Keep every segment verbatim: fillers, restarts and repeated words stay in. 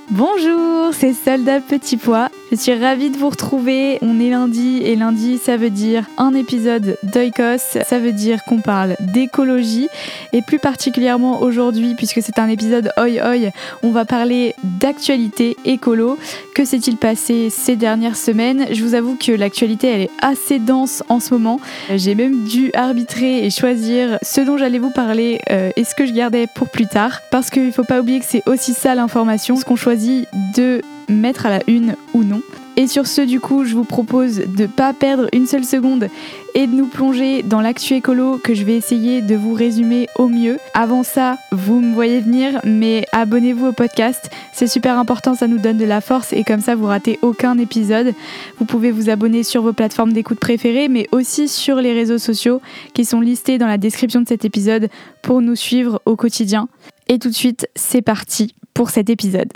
Bonjour, c'est Soldat Petit Pois. Je suis ravie de vous retrouver. On est lundi et lundi, ça veut dire un épisode d'Oikos. Ça veut dire qu'on parle d'écologie et plus particulièrement aujourd'hui, puisque c'est un épisode Oi Oi, on va parler d'actualité écolo. Que s'est-il passé ces dernières semaines ? Je vous avoue que l'actualité, elle est assez dense en ce moment. J'ai même dû arbitrer et choisir ce dont j'allais vous parler euh, et ce que je gardais pour plus tard. Parce qu'il ne faut pas oublier que c'est aussi ça l'information, ce qu'on choisit de mettre à la une ou non. Et sur ce, du coup, je vous propose de ne pas perdre une seule seconde et de nous plonger dans l'actu écolo que je vais essayer de vous résumer au mieux. Avant ça, vous me voyez venir, mais abonnez-vous au podcast. C'est super important, ça nous donne de la force et comme ça, vous ratez aucun épisode. Vous pouvez vous abonner sur vos plateformes d'écoute préférées, mais aussi sur les réseaux sociaux qui sont listés dans la description de cet épisode pour nous suivre au quotidien. Et tout de suite, c'est parti pour cet épisode.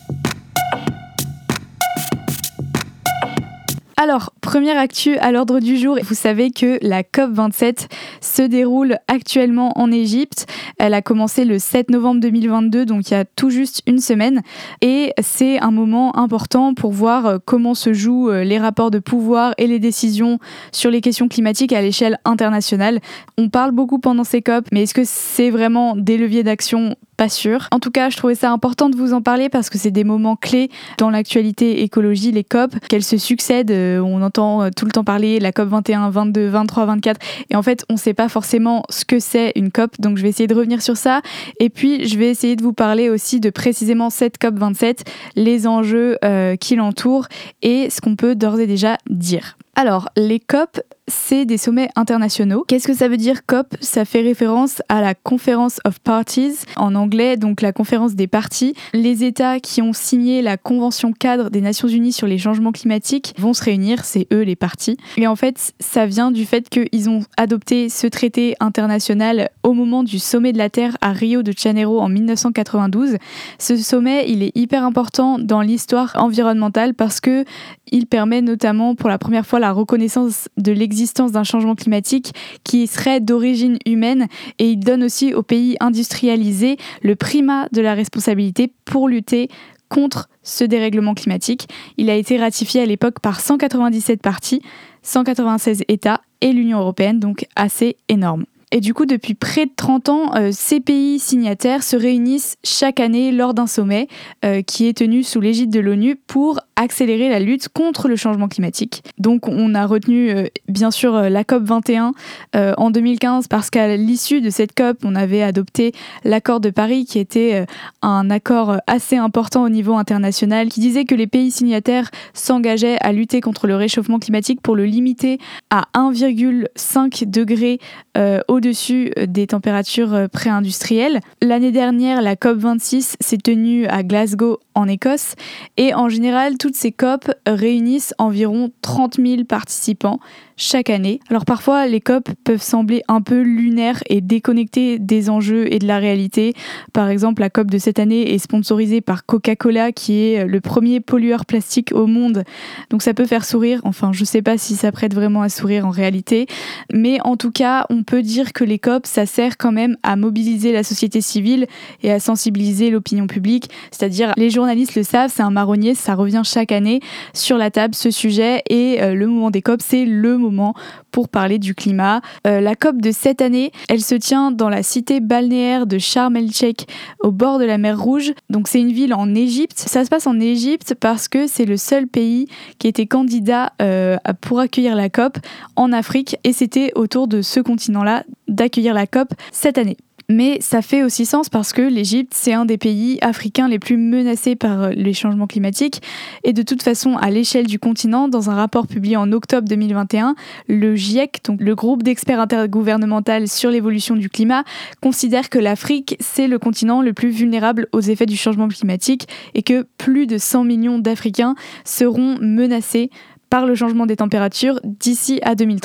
Alors, première actu à l'ordre du jour, vous savez que la C O P vingt-sept se déroule actuellement en Égypte. Elle a commencé le sept novembre deux mille vingt-deux, donc il y a tout juste une semaine. Et c'est un moment important pour voir comment se jouent les rapports de pouvoir et les décisions sur les questions climatiques à l'échelle internationale. On parle beaucoup pendant ces C O P, mais est-ce que c'est vraiment des leviers d'action ? Pas sûr. En tout cas, je trouvais ça important de vous en parler parce que c'est des moments clés dans l'actualité écologie, les C O P, qu'elles se succèdent. On entend tout le temps parler la C O P vingt et un, vingt-deux, vingt-trois, vingt-quatre. Et en fait, on ne sait pas forcément ce que c'est une C O P. Donc, je vais essayer de revenir sur ça. Et puis, je vais essayer de vous parler aussi de précisément cette C O P vingt-sept, les enjeux euh, qui l'entourent et ce qu'on peut d'ores et déjà dire. Alors, les C O P, c'est des sommets internationaux. Qu'est-ce que ça veut dire C O P ? Ça fait référence à la Conference of Parties, en anglais, donc la conférence des parties. Les États qui ont signé la Convention cadre des Nations Unies sur les changements climatiques vont se réunir, c'est eux les parties. Et en fait, ça vient du fait qu'ils ont adopté ce traité international au moment du sommet de la Terre à Rio de Janeiro en dix-neuf cent quatre-vingt-douze. Ce sommet, il est hyper important dans l'histoire environnementale parce que il permet notamment pour la première fois la reconnaissance de l'existence d'un changement climatique qui serait d'origine humaine et il donne aussi aux pays industrialisés le primat de la responsabilité pour lutter contre ce dérèglement climatique. Il a été ratifié à l'époque par cent quatre-vingt-dix-sept parties, cent quatre-vingt-seize États et l'Union européenne, donc assez énorme. Et du coup, depuis près de trente ans, euh, ces pays signataires se réunissent chaque année lors d'un sommet euh, qui est tenu sous l'égide de l'ONU pour accélérer la lutte contre le changement climatique. Donc, on a retenu euh, bien sûr euh, la C O P vingt et un euh, en deux mille quinze parce qu'à l'issue de cette C O P, on avait adopté l'accord de Paris qui était euh, un accord assez important au niveau international qui disait que les pays signataires s'engageaient à lutter contre le réchauffement climatique pour le limiter à un virgule cinq degré euh, au au-dessus des températures pré-industrielles. L'année dernière, la C O P vingt-six s'est tenue à Glasgow, en Écosse, et en général, toutes ces C O P réunissent environ trente mille participants chaque année. Alors parfois, les C O P peuvent sembler un peu lunaires et déconnectés des enjeux et de la réalité. Par exemple, la C O P de cette année est sponsorisée par Coca-Cola, qui est le premier pollueur plastique au monde. Donc ça peut faire sourire. Enfin, je sais pas si ça prête vraiment à sourire en réalité. Mais en tout cas, on peut dire que les C O P, ça sert quand même à mobiliser la société civile et à sensibiliser l'opinion publique. C'est-à-dire, les journalistes le savent, c'est un marronnier, ça revient chaque année sur la table, ce sujet. Et euh, le moment des C O P, c'est le moment pour parler du climat. Euh, la C O P de cette année, elle se tient dans la cité balnéaire de Sharm el-Sheikh, au bord de la mer Rouge. Donc c'est une ville en Égypte. Ça se passe en Égypte parce que c'est le seul pays qui était candidat euh, pour accueillir la C O P en Afrique. Et c'était autour de ce continent-là d'accueillir la C O P cette année. Mais ça fait aussi sens parce que l'Égypte, c'est un des pays africains les plus menacés par les changements climatiques. Et de toute façon, à l'échelle du continent, dans un rapport publié en octobre deux mille vingt et un, le GIEC, donc le groupe d'experts intergouvernemental sur l'évolution du climat, considère que l'Afrique, c'est le continent le plus vulnérable aux effets du changement climatique et que plus de cent millions d'Africains seront menacés par le changement des températures d'ici à deux mille trente.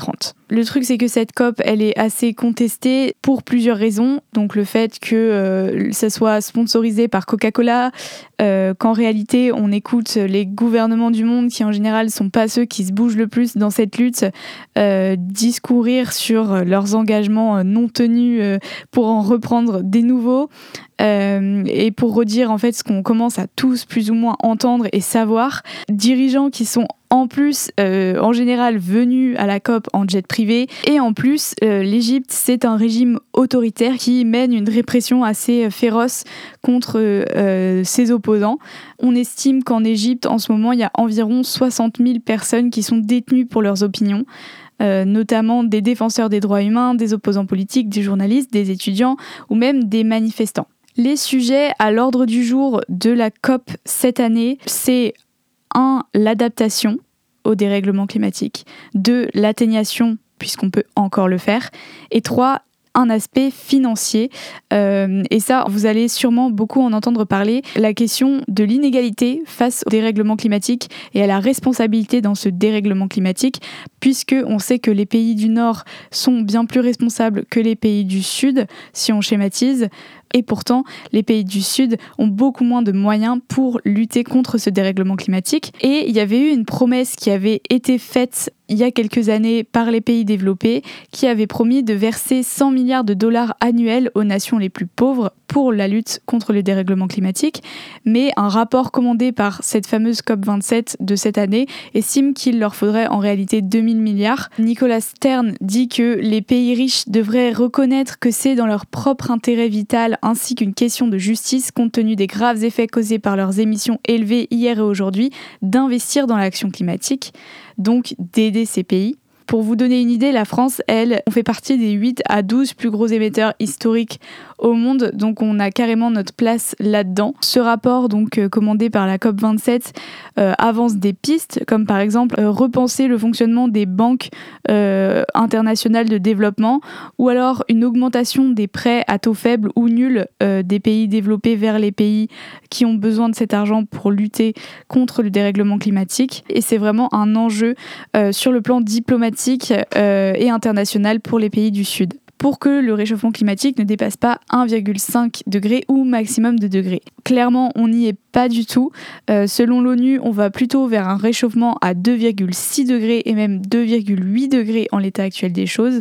Le truc, c'est que cette COP, elle est assez contestée pour plusieurs raisons. Donc le fait que euh, ça soit sponsorisé par Coca-Cola, euh, qu'en réalité, on écoute les gouvernements du monde, qui en général sont pas ceux qui se bougent le plus dans cette lutte, euh, discourir sur leurs engagements non tenus euh, pour en reprendre des nouveaux. Euh, et pour redire en fait ce qu'on commence à tous plus ou moins entendre et savoir, dirigeants qui sont en plus euh, en général venus à la COP en jet privé, et en plus euh, l'Égypte, c'est un régime autoritaire qui mène une répression assez féroce contre euh, ses opposants. On estime qu'en Égypte en ce moment il y a environ soixante mille personnes qui sont détenues pour leurs opinions. Euh, notamment des défenseurs des droits humains, des opposants politiques, des journalistes, des étudiants ou même des manifestants. Les sujets à l'ordre du jour de la COP cette année, c'est un l'adaptation au dérèglement climatique, deux l'atténuation, puisqu'on peut encore le faire, et trois un aspect financier. Euh, et ça, vous allez sûrement beaucoup en entendre parler, la question de l'inégalité face au dérèglement climatique et à la responsabilité dans ce dérèglement climatique, puisque on sait que les pays du Nord sont bien plus responsables que les pays du Sud, si on schématise. Et pourtant, les pays du Sud ont beaucoup moins de moyens pour lutter contre ce dérèglement climatique. Et il y avait eu une promesse qui avait été faite il y a quelques années par les pays développés, qui avait promis de verser cent milliards de dollars annuels aux nations les plus pauvres pour la lutte contre le dérèglement climatique. Mais un rapport commandé par cette fameuse COP vingt-sept de cette année estime qu'il leur faudrait en réalité deux mille milliards. Nicolas Stern dit que les pays riches devraient reconnaître que c'est dans leur propre intérêt vital ainsi qu'une question de justice, compte tenu des graves effets causés par leurs émissions élevées hier et aujourd'hui, d'investir dans l'action climatique, donc d'aider ces pays. Pour vous donner une idée, la France, elle, on fait partie des huit à douze plus gros émetteurs historiques au monde, donc on a carrément notre place là-dedans. Ce rapport, donc euh, commandé par la COP vingt-sept, euh, avance des pistes, comme par exemple euh, repenser le fonctionnement des banques euh, internationales de développement, ou alors une augmentation des prêts à taux faibles ou nuls euh, des pays développés vers les pays qui ont besoin de cet argent pour lutter contre le dérèglement climatique. Et c'est vraiment un enjeu euh, sur le plan diplomatique euh, et international pour les pays du Sud, pour que le réchauffement climatique ne dépasse pas un virgule cinq degré ou maximum de degrés. Clairement, on n'y est pas du tout. Euh, selon l'ONU, on va plutôt vers un réchauffement à deux virgule six degrés et même deux virgule huit degrés en l'état actuel des choses.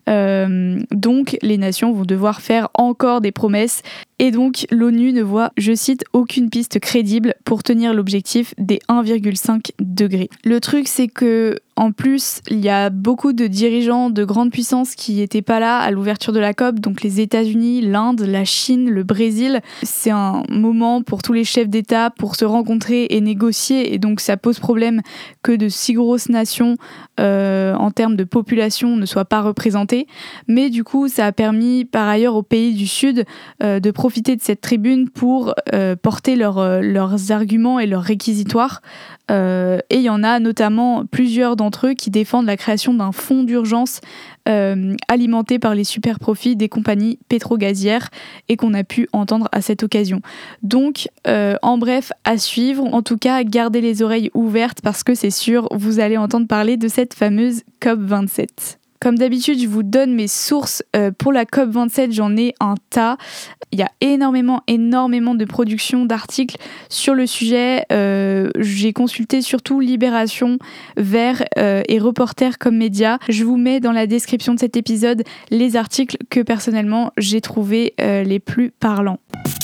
Euh, donc, les nations vont devoir faire encore des promesses. Et donc, l'ONU ne voit, je cite, aucune piste crédible pour tenir l'objectif des un virgule cinq degrés. Le truc, c'est que en plus, il y a beaucoup de dirigeants de grandes puissances qui n'étaient pas là à l'ouverture de la COP, donc les États-Unis, l'Inde, la Chine, le Brésil. C'est un moment pour tous les chefs d'État pour se rencontrer et négocier, et donc ça pose problème que de si grosses nations euh, en termes de population ne soient pas représentées. Mais du coup, ça a permis par ailleurs aux pays du Sud euh, de profiter de cette tribune pour euh, porter leur, euh, leurs arguments et leurs réquisitoires. Euh, et il y en a notamment plusieurs d'entre eux qui défendent la création d'un fonds d'urgence euh, alimenté par les super profits des compagnies pétro-gazières, et qu'on a pu entendre à cette occasion. Donc, euh, en bref, à suivre. En tout cas, gardez les oreilles ouvertes parce que c'est sûr, vous allez entendre parler de cette fameuse COP vingt-sept. Comme d'habitude, je vous donne mes sources euh, pour la COP vingt-sept, j'en ai un tas. Il y a énormément, énormément de productions d'articles sur le sujet. Euh, j'ai consulté surtout Libération, Vert euh, et Reporter comme médias. Je vous mets dans la description de cet épisode les articles que personnellement j'ai trouvés euh, les plus parlants.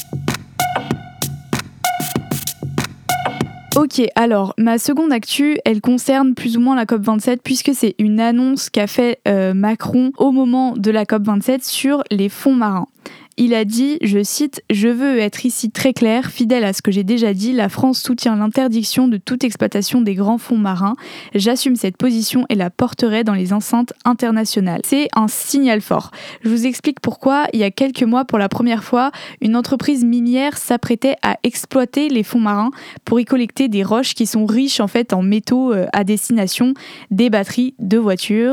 Ok, alors ma seconde actu, elle concerne plus ou moins la COP vingt-sept puisque c'est une annonce qu'a fait euh, Macron au moment de la COP vingt-sept sur les fonds marins. Il a dit, je cite, « Je veux être ici très clair, fidèle à ce que j'ai déjà dit, la France soutient l'interdiction de toute exploitation des grands fonds marins. J'assume cette position et la porterai dans les enceintes internationales. » C'est un signal fort. Je vous explique pourquoi. Il y a quelques mois, pour la première fois, une entreprise minière s'apprêtait à exploiter les fonds marins pour y collecter des roches qui sont riches en fait en métaux à destination des batteries de voitures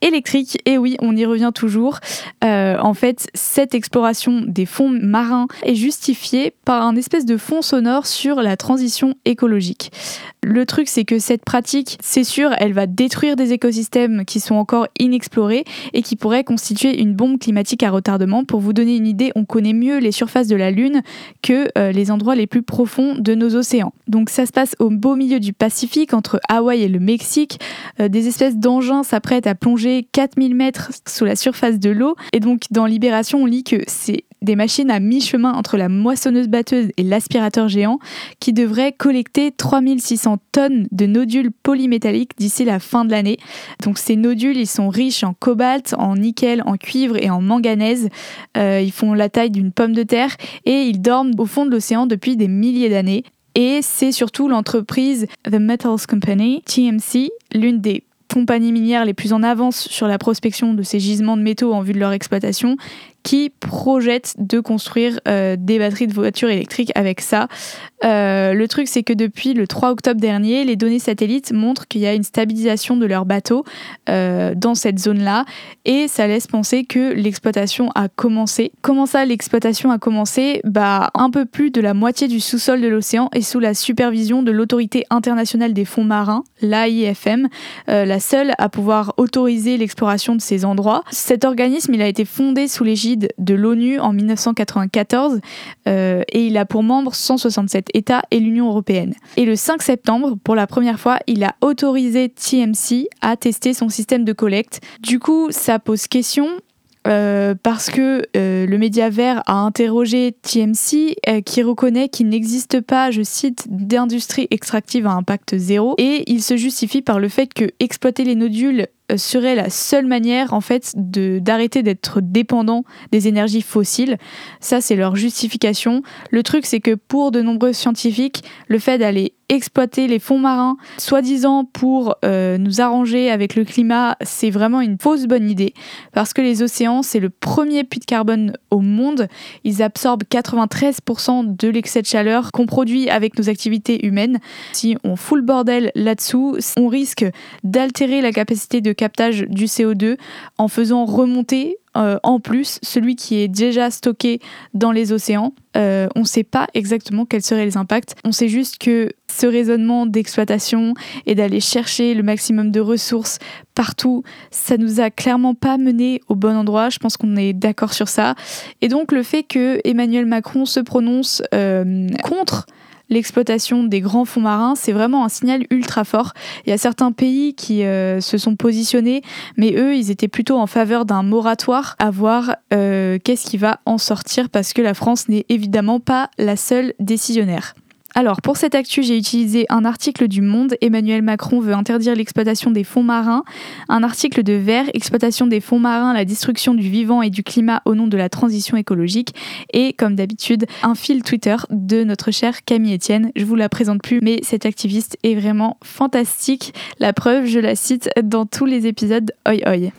électrique. Et oui, on y revient toujours. Euh, en fait, cette exploration des fonds marins est justifiée par un espèce de fond sonore sur la transition écologique. Le truc, c'est que cette pratique, c'est sûr, elle va détruire des écosystèmes qui sont encore inexplorés et qui pourraient constituer une bombe climatique à retardement. Pour vous donner une idée, on connaît mieux les surfaces de la Lune que euh, les endroits les plus profonds de nos océans. Donc ça se passe au beau milieu du Pacifique, entre Hawaï et le Mexique. Euh, des espèces d'engins s'apprêtent à plonger quatre mille mètres sous la surface de l'eau. Et donc dans Libération, on lit que c'est des machines à mi-chemin entre la moissonneuse-batteuse et l'aspirateur géant qui devraient collecter trois mille six cents tonnes de nodules polymétalliques d'ici la fin de l'année. Donc ces nodules, ils sont riches en cobalt, en nickel, en cuivre et en manganèse. Euh, ils font la taille d'une pomme de terre et ils dorment au fond de l'océan depuis des milliers d'années. Et c'est surtout l'entreprise The Metals Company, T M C, l'une des compagnies minières les plus en avance sur la prospection de ces gisements de métaux en vue de leur exploitation, qui projette de construire euh, des batteries de voitures électriques avec ça. Euh, le truc, c'est que depuis le trois octobre dernier, les données satellites montrent qu'il y a une stabilisation de leurs bateaux euh, dans cette zone-là, et ça laisse penser que l'exploitation a commencé. Comment ça, l'exploitation a commencé ? Bah, un peu plus de la moitié du sous-sol de l'océan est sous la supervision de l'Autorité internationale des fonds marins, l'A I F M, euh, la seule à pouvoir autoriser l'exploration de ces endroits. Cet organisme, il a été fondé sous l'égide de l'ONU en dix-neuf cent quatre-vingt-quatorze euh, et il a pour membres cent soixante-sept États et l'Union européenne. Et le cinq septembre, pour la première fois, il a autorisé T M C à tester son système de collecte. Du coup, ça pose question. Euh, parce que euh, le média Vert a interrogé T M C euh, qui reconnaît qu'il n'existe pas, je cite, d'industrie extractive à impact zéro, et il se justifie par le fait que exploiter les nodules serait la seule manière en fait de, d'arrêter d'être dépendant des énergies fossiles. Ça, c'est leur justification. Le truc, c'est que pour de nombreux scientifiques, le fait d'aller exploiter les fonds marins, soi-disant pour euh, nous arranger avec le climat, c'est vraiment une fausse bonne idée, parce que les océans, c'est le premier puits de carbone au monde. Ils absorbent quatre-vingt-treize pour cent de l'excès de chaleur qu'on produit avec nos activités humaines. Si on fout le bordel là-dessous, on risque d'altérer la capacité de captage du C O deux en faisant remonter Euh, en plus, celui qui est déjà stocké dans les océans. Euh, on ne sait pas exactement quels seraient les impacts. On sait juste que ce raisonnement d'exploitation et d'aller chercher le maximum de ressources partout, ça nous a clairement pas mené au bon endroit. Je pense qu'on est d'accord sur ça. Et donc le fait que Emmanuel Macron se prononce euh, contre l'exploitation des grands fonds marins, c'est vraiment un signal ultra fort. Il y a certains pays qui euh, se sont positionnés, mais eux, ils étaient plutôt en faveur d'un moratoire, à voir euh, qu'est-ce qui va en sortir, parce que la France n'est évidemment pas la seule décisionnaire. Alors, pour cette actu, j'ai utilisé un article du Monde, Emmanuel Macron veut interdire l'exploitation des fonds marins, un article de Vert, exploitation des fonds marins, la destruction du vivant et du climat au nom de la transition écologique, et comme d'habitude, un fil Twitter de notre chère Camille Etienne. Je vous la présente plus, mais cette activiste est vraiment fantastique. La preuve, je la cite dans tous les épisodes Oi Oi.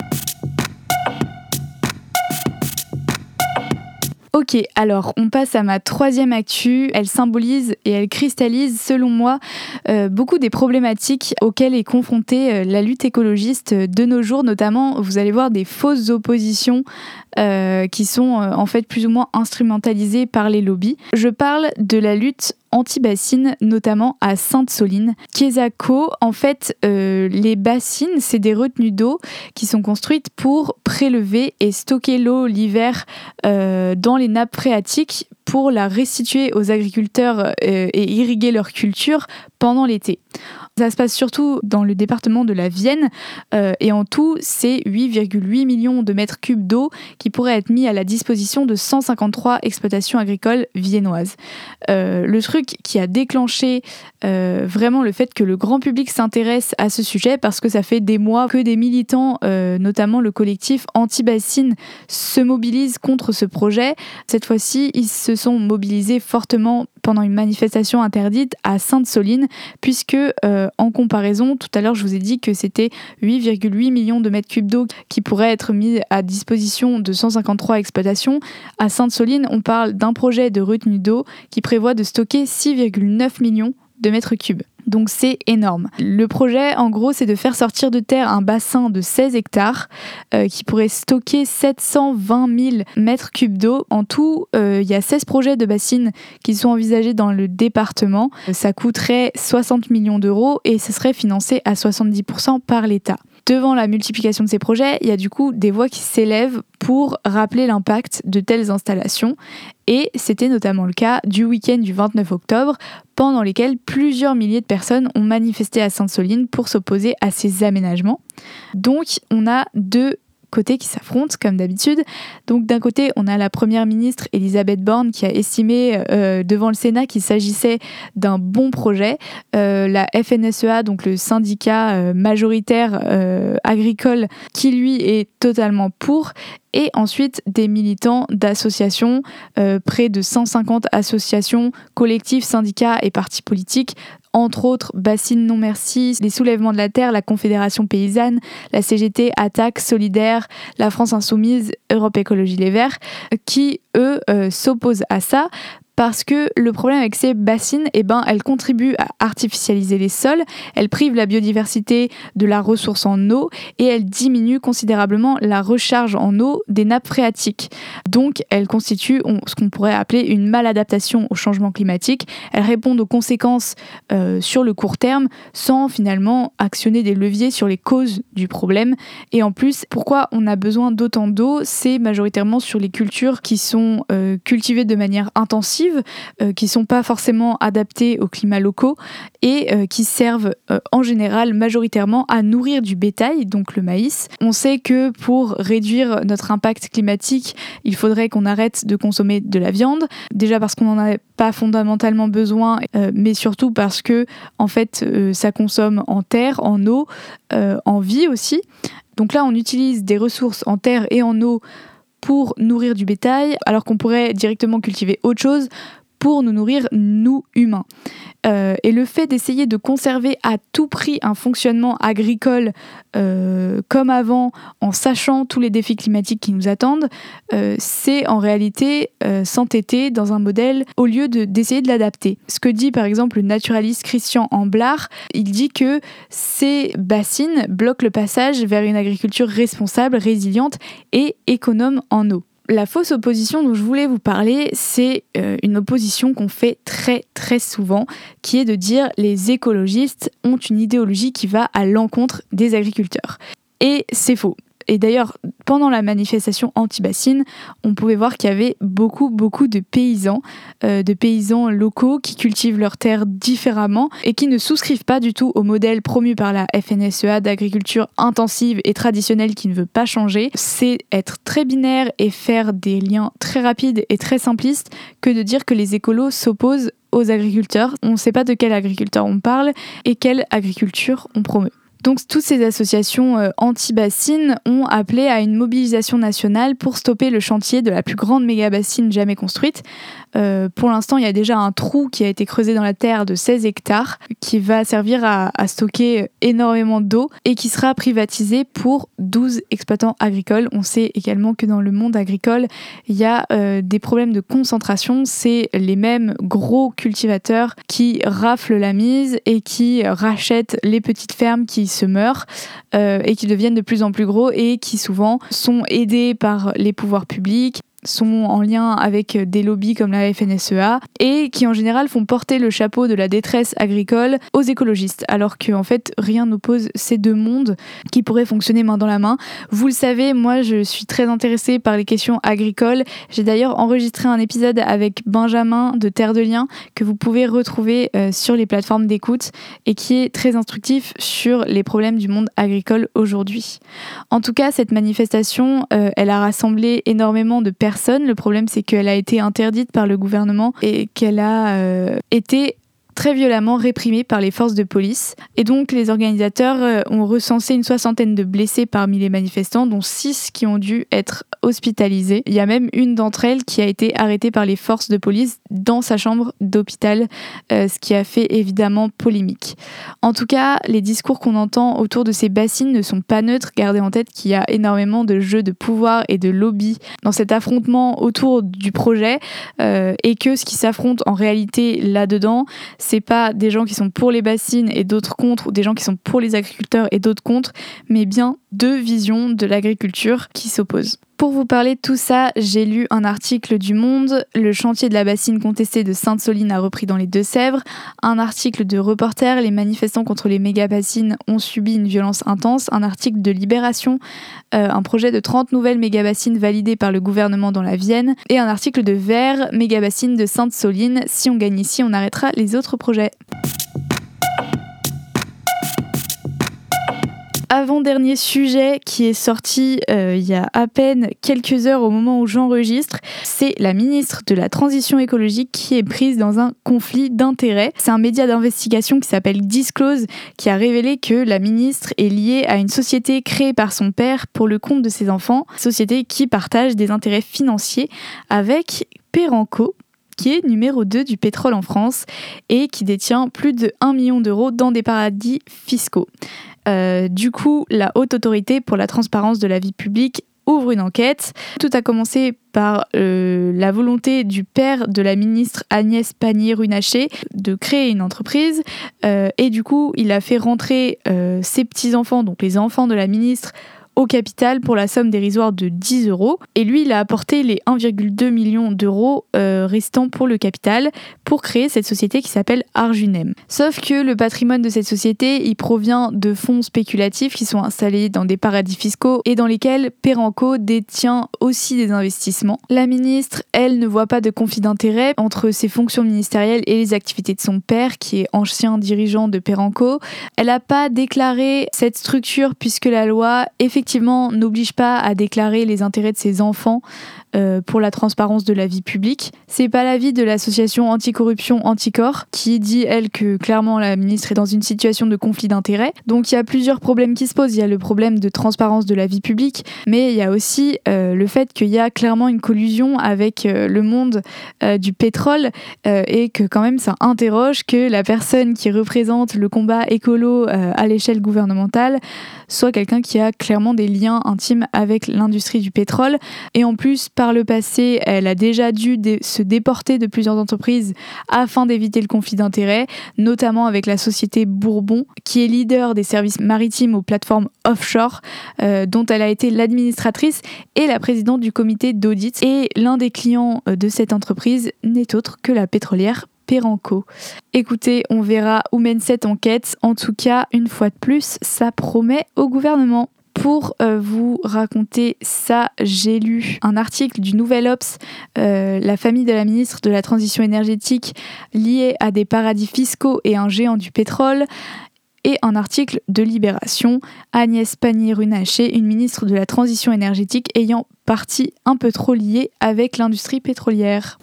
Ok, alors on passe à ma troisième actu. Elle symbolise et elle cristallise, selon moi, euh, beaucoup des problématiques auxquelles est confrontée euh, la lutte écologiste de nos jours. Notamment, vous allez voir des fausses oppositions euh, qui sont euh, en fait plus ou moins instrumentalisées par les lobbies. Je parle de la lutte anti-bassines, notamment à Sainte-Soline. Quesaco, en fait, euh, les bassines, c'est des retenues d'eau qui sont construites pour prélever et stocker l'eau l'hiver euh, dans les nappes phréatiques pour la restituer aux agriculteurs euh, et irriguer leur culture pendant l'été. Ça se passe surtout dans le département de la Vienne euh, et en tout, c'est huit virgule huit millions de mètres cubes d'eau qui pourraient être mis à la disposition de cent cinquante-trois exploitations agricoles viennoises. Euh, le truc qui a déclenché euh, vraiment le fait que le grand public s'intéresse à ce sujet, parce que ça fait des mois que des militants, euh, notamment le collectif Anti-Bassines, se mobilisent contre ce projet. Cette fois-ci, ils se sont mobilisés fortement pendant une manifestation interdite à Sainte-Soline, puisque euh, en comparaison, tout à l'heure je vous ai dit que c'était huit virgule huit millions de mètres cubes d'eau qui pourraient être mis à disposition de cent cinquante-trois exploitations. À Sainte-Soline, on parle d'un projet de retenue d'eau qui prévoit de stocker six virgule neuf millions de mètres cubes. Donc c'est énorme. Le projet, en gros, c'est de faire sortir de terre un bassin de seize hectares euh, qui pourrait stocker sept cent vingt mille mètres cubes d'eau. En tout, euh, il y a seize projets de bassines qui sont envisagés dans le département. Ça coûterait soixante millions d'euros et ce serait financé à soixante-dix pour cent par l'État. Devant la multiplication de ces projets, il y a du coup des voix qui s'élèvent pour rappeler l'impact de telles installations. Et c'était notamment le cas du week-end du vingt-neuf octobre, pendant lesquels plusieurs milliers de personnes ont manifesté à Sainte-Soline pour s'opposer à ces aménagements. Donc on a deux côtés qui s'affrontent comme d'habitude. Donc d'un côté, on a la première ministre Elisabeth Borne qui a estimé euh, devant le Sénat qu'il s'agissait d'un bon projet. Euh, la F N S E A, donc le syndicat euh, majoritaire euh, agricole, qui lui est totalement pour. Et ensuite des militants d'associations, euh, près de cent cinquante associations, collectifs, syndicats et partis politiques, entre autres Bassines Non Merci, les Soulèvements de la Terre, la Confédération Paysanne, la C G T, Attaque, Solidaire, la France Insoumise, Europe Écologie Les Verts, qui, eux, euh, s'opposent à ça. Parce que le problème avec ces bassines, eh ben, elles contribuent à artificialiser les sols, elles privent la biodiversité de la ressource en eau et elles diminuent considérablement la recharge en eau des nappes phréatiques. Donc, elles constituent ce qu'on pourrait appeler une maladaptation au changement climatique. Elles répondent aux conséquences euh, sur le court terme sans finalement actionner des leviers sur les causes du problème. Et en plus, pourquoi on a besoin d'autant d'eau ? C'est majoritairement sur les cultures qui sont euh, cultivées de manière intensive, Euh, qui ne sont pas forcément adaptés aux climats locaux et euh, qui servent euh, en général majoritairement à nourrir du bétail, donc le maïs. On sait que pour réduire notre impact climatique, il faudrait qu'on arrête de consommer de la viande, déjà parce qu'on n'en a pas fondamentalement besoin, euh, mais surtout parce que en fait, euh, ça consomme en terre, en eau, euh, en vie aussi. Donc là, on utilise des ressources en terre et en eau pour nourrir du bétail, alors qu'on pourrait directement cultiver autre chose pour nous nourrir, nous, humains. Euh, et le fait d'essayer de conserver à tout prix un fonctionnement agricole euh, comme avant, en sachant tous les défis climatiques qui nous attendent, euh, c'est en réalité euh, s'entêter dans un modèle au lieu de, d'essayer de l'adapter. Ce que dit par exemple le naturaliste Christian Amblard, il dit que ces bassines bloquent le passage vers une agriculture responsable, résiliente et économe en eau. La fausse opposition dont je voulais vous parler, c'est euh, une opposition qu'on fait très très souvent, qui est de dire les écologistes ont une idéologie qui va à l'encontre des agriculteurs. Et c'est faux. Et d'ailleurs, pendant la manifestation anti-bassines, on pouvait voir qu'il y avait beaucoup, beaucoup de paysans, euh, de paysans locaux qui cultivent leurs terres différemment et qui ne souscrivent pas du tout au modèle promu par la F N S E A d'agriculture intensive et traditionnelle qui ne veut pas changer. C'est être très binaire et faire des liens très rapides et très simplistes que de dire que les écolos s'opposent aux agriculteurs. On ne sait pas de quel agriculteur on parle et quelle agriculture on promeut. Donc toutes ces associations euh, anti-bassines ont appelé à une mobilisation nationale pour stopper le chantier de la plus grande méga-bassine jamais construite. Euh, pour l'instant, il y a déjà un trou qui a été creusé dans la terre de seize hectares qui va servir à, à stocker énormément d'eau et qui sera privatisé pour douze exploitants agricoles. On sait également que dans le monde agricole, il y a euh, des problèmes de concentration. C'est les mêmes gros cultivateurs qui raflent la mise et qui rachètent les petites fermes qui se meurent euh, et qui deviennent de plus en plus gros et qui souvent sont aidés par les pouvoirs publics, sont en lien avec des lobbies comme la F N S E A et qui en général font porter le chapeau de la détresse agricole aux écologistes, alors qu'en fait rien n'oppose ces deux mondes qui pourraient fonctionner main dans la main. Vous le savez, moi je suis très intéressée par les questions agricoles. J'ai d'ailleurs enregistré un épisode avec Benjamin de Terre de Liens que vous pouvez retrouver euh, sur les plateformes d'écoute et qui est très instructif sur les problèmes du monde agricole aujourd'hui. En tout cas, cette manifestation, euh, elle a rassemblé énormément de personnes. Le problème, c'est qu'elle a été interdite par le gouvernement et qu'elle a euh, été très violemment réprimée par les forces de police. Et donc, les organisateurs ont recensé une soixantaine de blessés parmi les manifestants, dont six qui ont dû être hospitalisés. Il y a même une d'entre elles qui a été arrêtée par les forces de police dans sa chambre d'hôpital, euh, ce qui a fait évidemment polémique. En tout cas, les discours qu'on entend autour de ces bassines ne sont pas neutres. Gardez en tête qu'il y a énormément de jeux de pouvoir et de lobby dans cet affrontement autour du projet euh, et que ce qui s'affronte en réalité là-dedans, c'est pas des gens qui sont pour les bassines et d'autres contre, ou des gens qui sont pour les agriculteurs et d'autres contre, mais bien deux visions de l'agriculture qui s'opposent. Pour vous parler de tout ça, j'ai lu un article du Monde, le chantier de la bassine contestée de Sainte-Soline a repris dans les Deux-Sèvres, un article de Reporter, les manifestants contre les méga-bassines ont subi une violence intense, un article de Libération, euh, un projet de trente nouvelles méga-bassines validées par le gouvernement dans la Vienne, et un article de Vert, méga-bassine de Sainte-Soline, si on gagne ici, on arrêtera les autres projets. Avant-dernier sujet qui est sorti euh, il y a à peine quelques heures au moment où j'enregistre, c'est la ministre de la Transition écologique qui est prise dans un conflit d'intérêts. C'est un média d'investigation qui s'appelle Disclose qui a révélé que la ministre est liée à une société créée par son père pour le compte de ses enfants, société qui partage des intérêts financiers avec Perenco, qui est numéro deux du pétrole en France et qui détient plus de un million d'euros dans des paradis fiscaux. Euh, du coup, la Haute Autorité pour la transparence de la vie publique ouvre une enquête. Tout a commencé par euh, la volonté du père de la ministre Agnès Pannier-Runacher de créer une entreprise euh, et du coup, il a fait rentrer euh, ses petits-enfants, donc les enfants de la ministre, au capital pour la somme dérisoire de dix euros. Et lui, il a apporté les un virgule deux million d'euros euh, restants pour le capital pour créer cette société qui s'appelle Arjunem. Sauf que le patrimoine de cette société, il provient de fonds spéculatifs qui sont installés dans des paradis fiscaux et dans lesquels Perenco détient aussi des investissements. La ministre, elle, ne voit pas de conflit d'intérêt entre ses fonctions ministérielles et les activités de son père, qui est ancien dirigeant de Perenco. Elle n'a pas déclaré cette structure puisque la loi, effectivement, Effectivement, n'oblige pas à déclarer les intérêts de ses enfants euh, pour la transparence de la vie publique. C'est pas l'avis de l'association anticorruption Anticor qui dit, elle, que clairement la ministre est dans une situation de conflit d'intérêts. Donc il y a plusieurs problèmes qui se posent. Il y a le problème de transparence de la vie publique, mais il y a aussi euh, le fait qu'il y a clairement une collusion avec euh, le monde euh, du pétrole euh, et que quand même ça interroge que la personne qui représente le combat écolo euh, à l'échelle gouvernementale soit quelqu'un qui a clairement des liens intimes avec l'industrie du pétrole. Et en plus, par le passé, elle a déjà dû dé- se déporter de plusieurs entreprises afin d'éviter le conflit d'intérêts, notamment avec la société Bourbon, qui est leader des services maritimes aux plateformes offshore, euh, dont elle a été l'administratrice et la présidente du comité d'audit. Et l'un des clients de cette entreprise n'est autre que la pétrolière Perenco. Écoutez, on verra où mène cette enquête. En tout cas, une fois de plus, ça promet au gouvernement. Pour euh, vous raconter ça, j'ai lu un article du Nouvel Obs, euh, la famille de la ministre de la Transition énergétique liée à des paradis fiscaux et un géant du pétrole, et un article de Libération, Agnès Pannier-Runacher, une ministre de la Transition énergétique ayant partie un peu trop liée avec l'industrie pétrolière.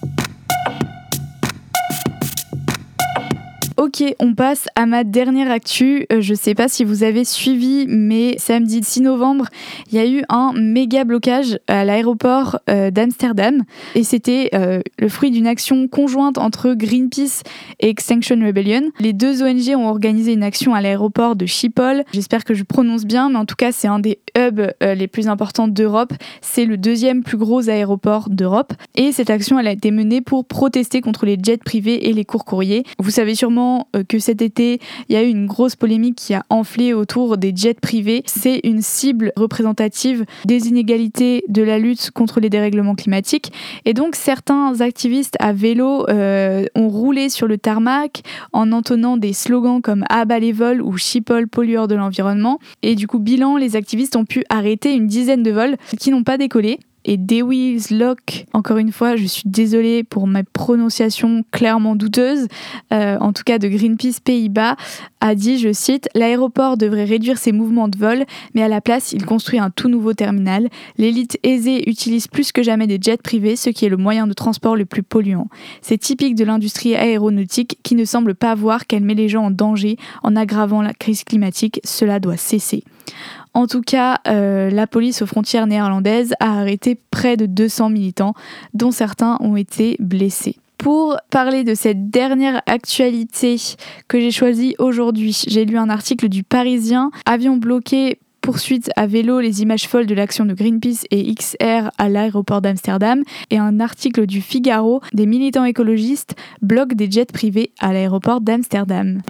Ok, on passe à ma dernière actu. Euh, je sais pas si vous avez suivi, mais samedi six novembre, il y a eu un méga blocage à l'aéroport euh, d'Amsterdam. Et c'était euh, le fruit d'une action conjointe entre Greenpeace et Extinction Rebellion. Les deux O N G ont organisé une action à l'aéroport de Schiphol. J'espère que je prononce bien, mais en tout cas, c'est un des hubs euh, les plus importants d'Europe. C'est le deuxième plus gros aéroport d'Europe. Et cette action, elle a été menée pour protester contre les jets privés et les courts courriers. Vous savez sûrement que cet été, il y a eu une grosse polémique qui a enflé autour des jets privés. C'est une cible représentative des inégalités de la lutte contre les dérèglements climatiques. Et donc, certains activistes à vélo euh, ont roulé sur le tarmac en entonnant des slogans comme « À bas les vols » ou « Schiphol, pollueur de l'environnement ». Et du coup, bilan, les activistes ont pu arrêter une dizaine de vols qui n'ont pas décollé. Et Dewi Zlok, encore une fois, je suis désolée pour ma prononciation clairement douteuse, euh, en tout cas de Greenpeace Pays-Bas, a dit, je cite, « L'aéroport devrait réduire ses mouvements de vol, mais à la place, il construit un tout nouveau terminal. L'élite aisée utilise plus que jamais des jets privés, ce qui est le moyen de transport le plus polluant. C'est typique de l'industrie aéronautique qui ne semble pas voir qu'elle met les gens en danger en aggravant la crise climatique. Cela doit cesser. » En tout cas, euh, la police aux frontières néerlandaises a arrêté près de deux cents militants, dont certains ont été blessés. Pour parler de cette dernière actualité que j'ai choisie aujourd'hui, j'ai lu un article du Parisien, avion bloqué poursuite à vélo les images folles de l'action de Greenpeace et X R à l'aéroport d'Amsterdam, et un article du Figaro, des militants écologistes bloquent des jets privés à l'aéroport d'Amsterdam.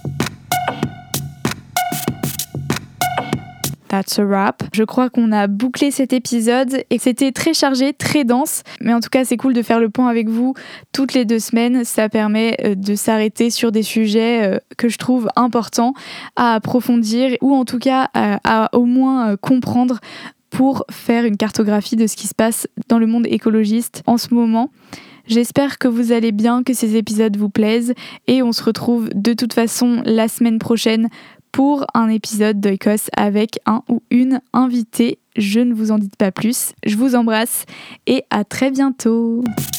That's a wrap. Je crois qu'on a bouclé cet épisode et c'était très chargé, très dense. Mais en tout cas, c'est cool de faire le point avec vous toutes les deux semaines. Ça permet de s'arrêter sur des sujets que je trouve importants à approfondir ou en tout cas à, à au moins comprendre pour faire une cartographie de ce qui se passe dans le monde écologiste en ce moment. J'espère que vous allez bien, que ces épisodes vous plaisent et on se retrouve de toute façon la semaine prochaine pour un épisode d'Oikos avec un ou une invitée. Je ne vous en dis pas plus. Je vous embrasse et à très bientôt.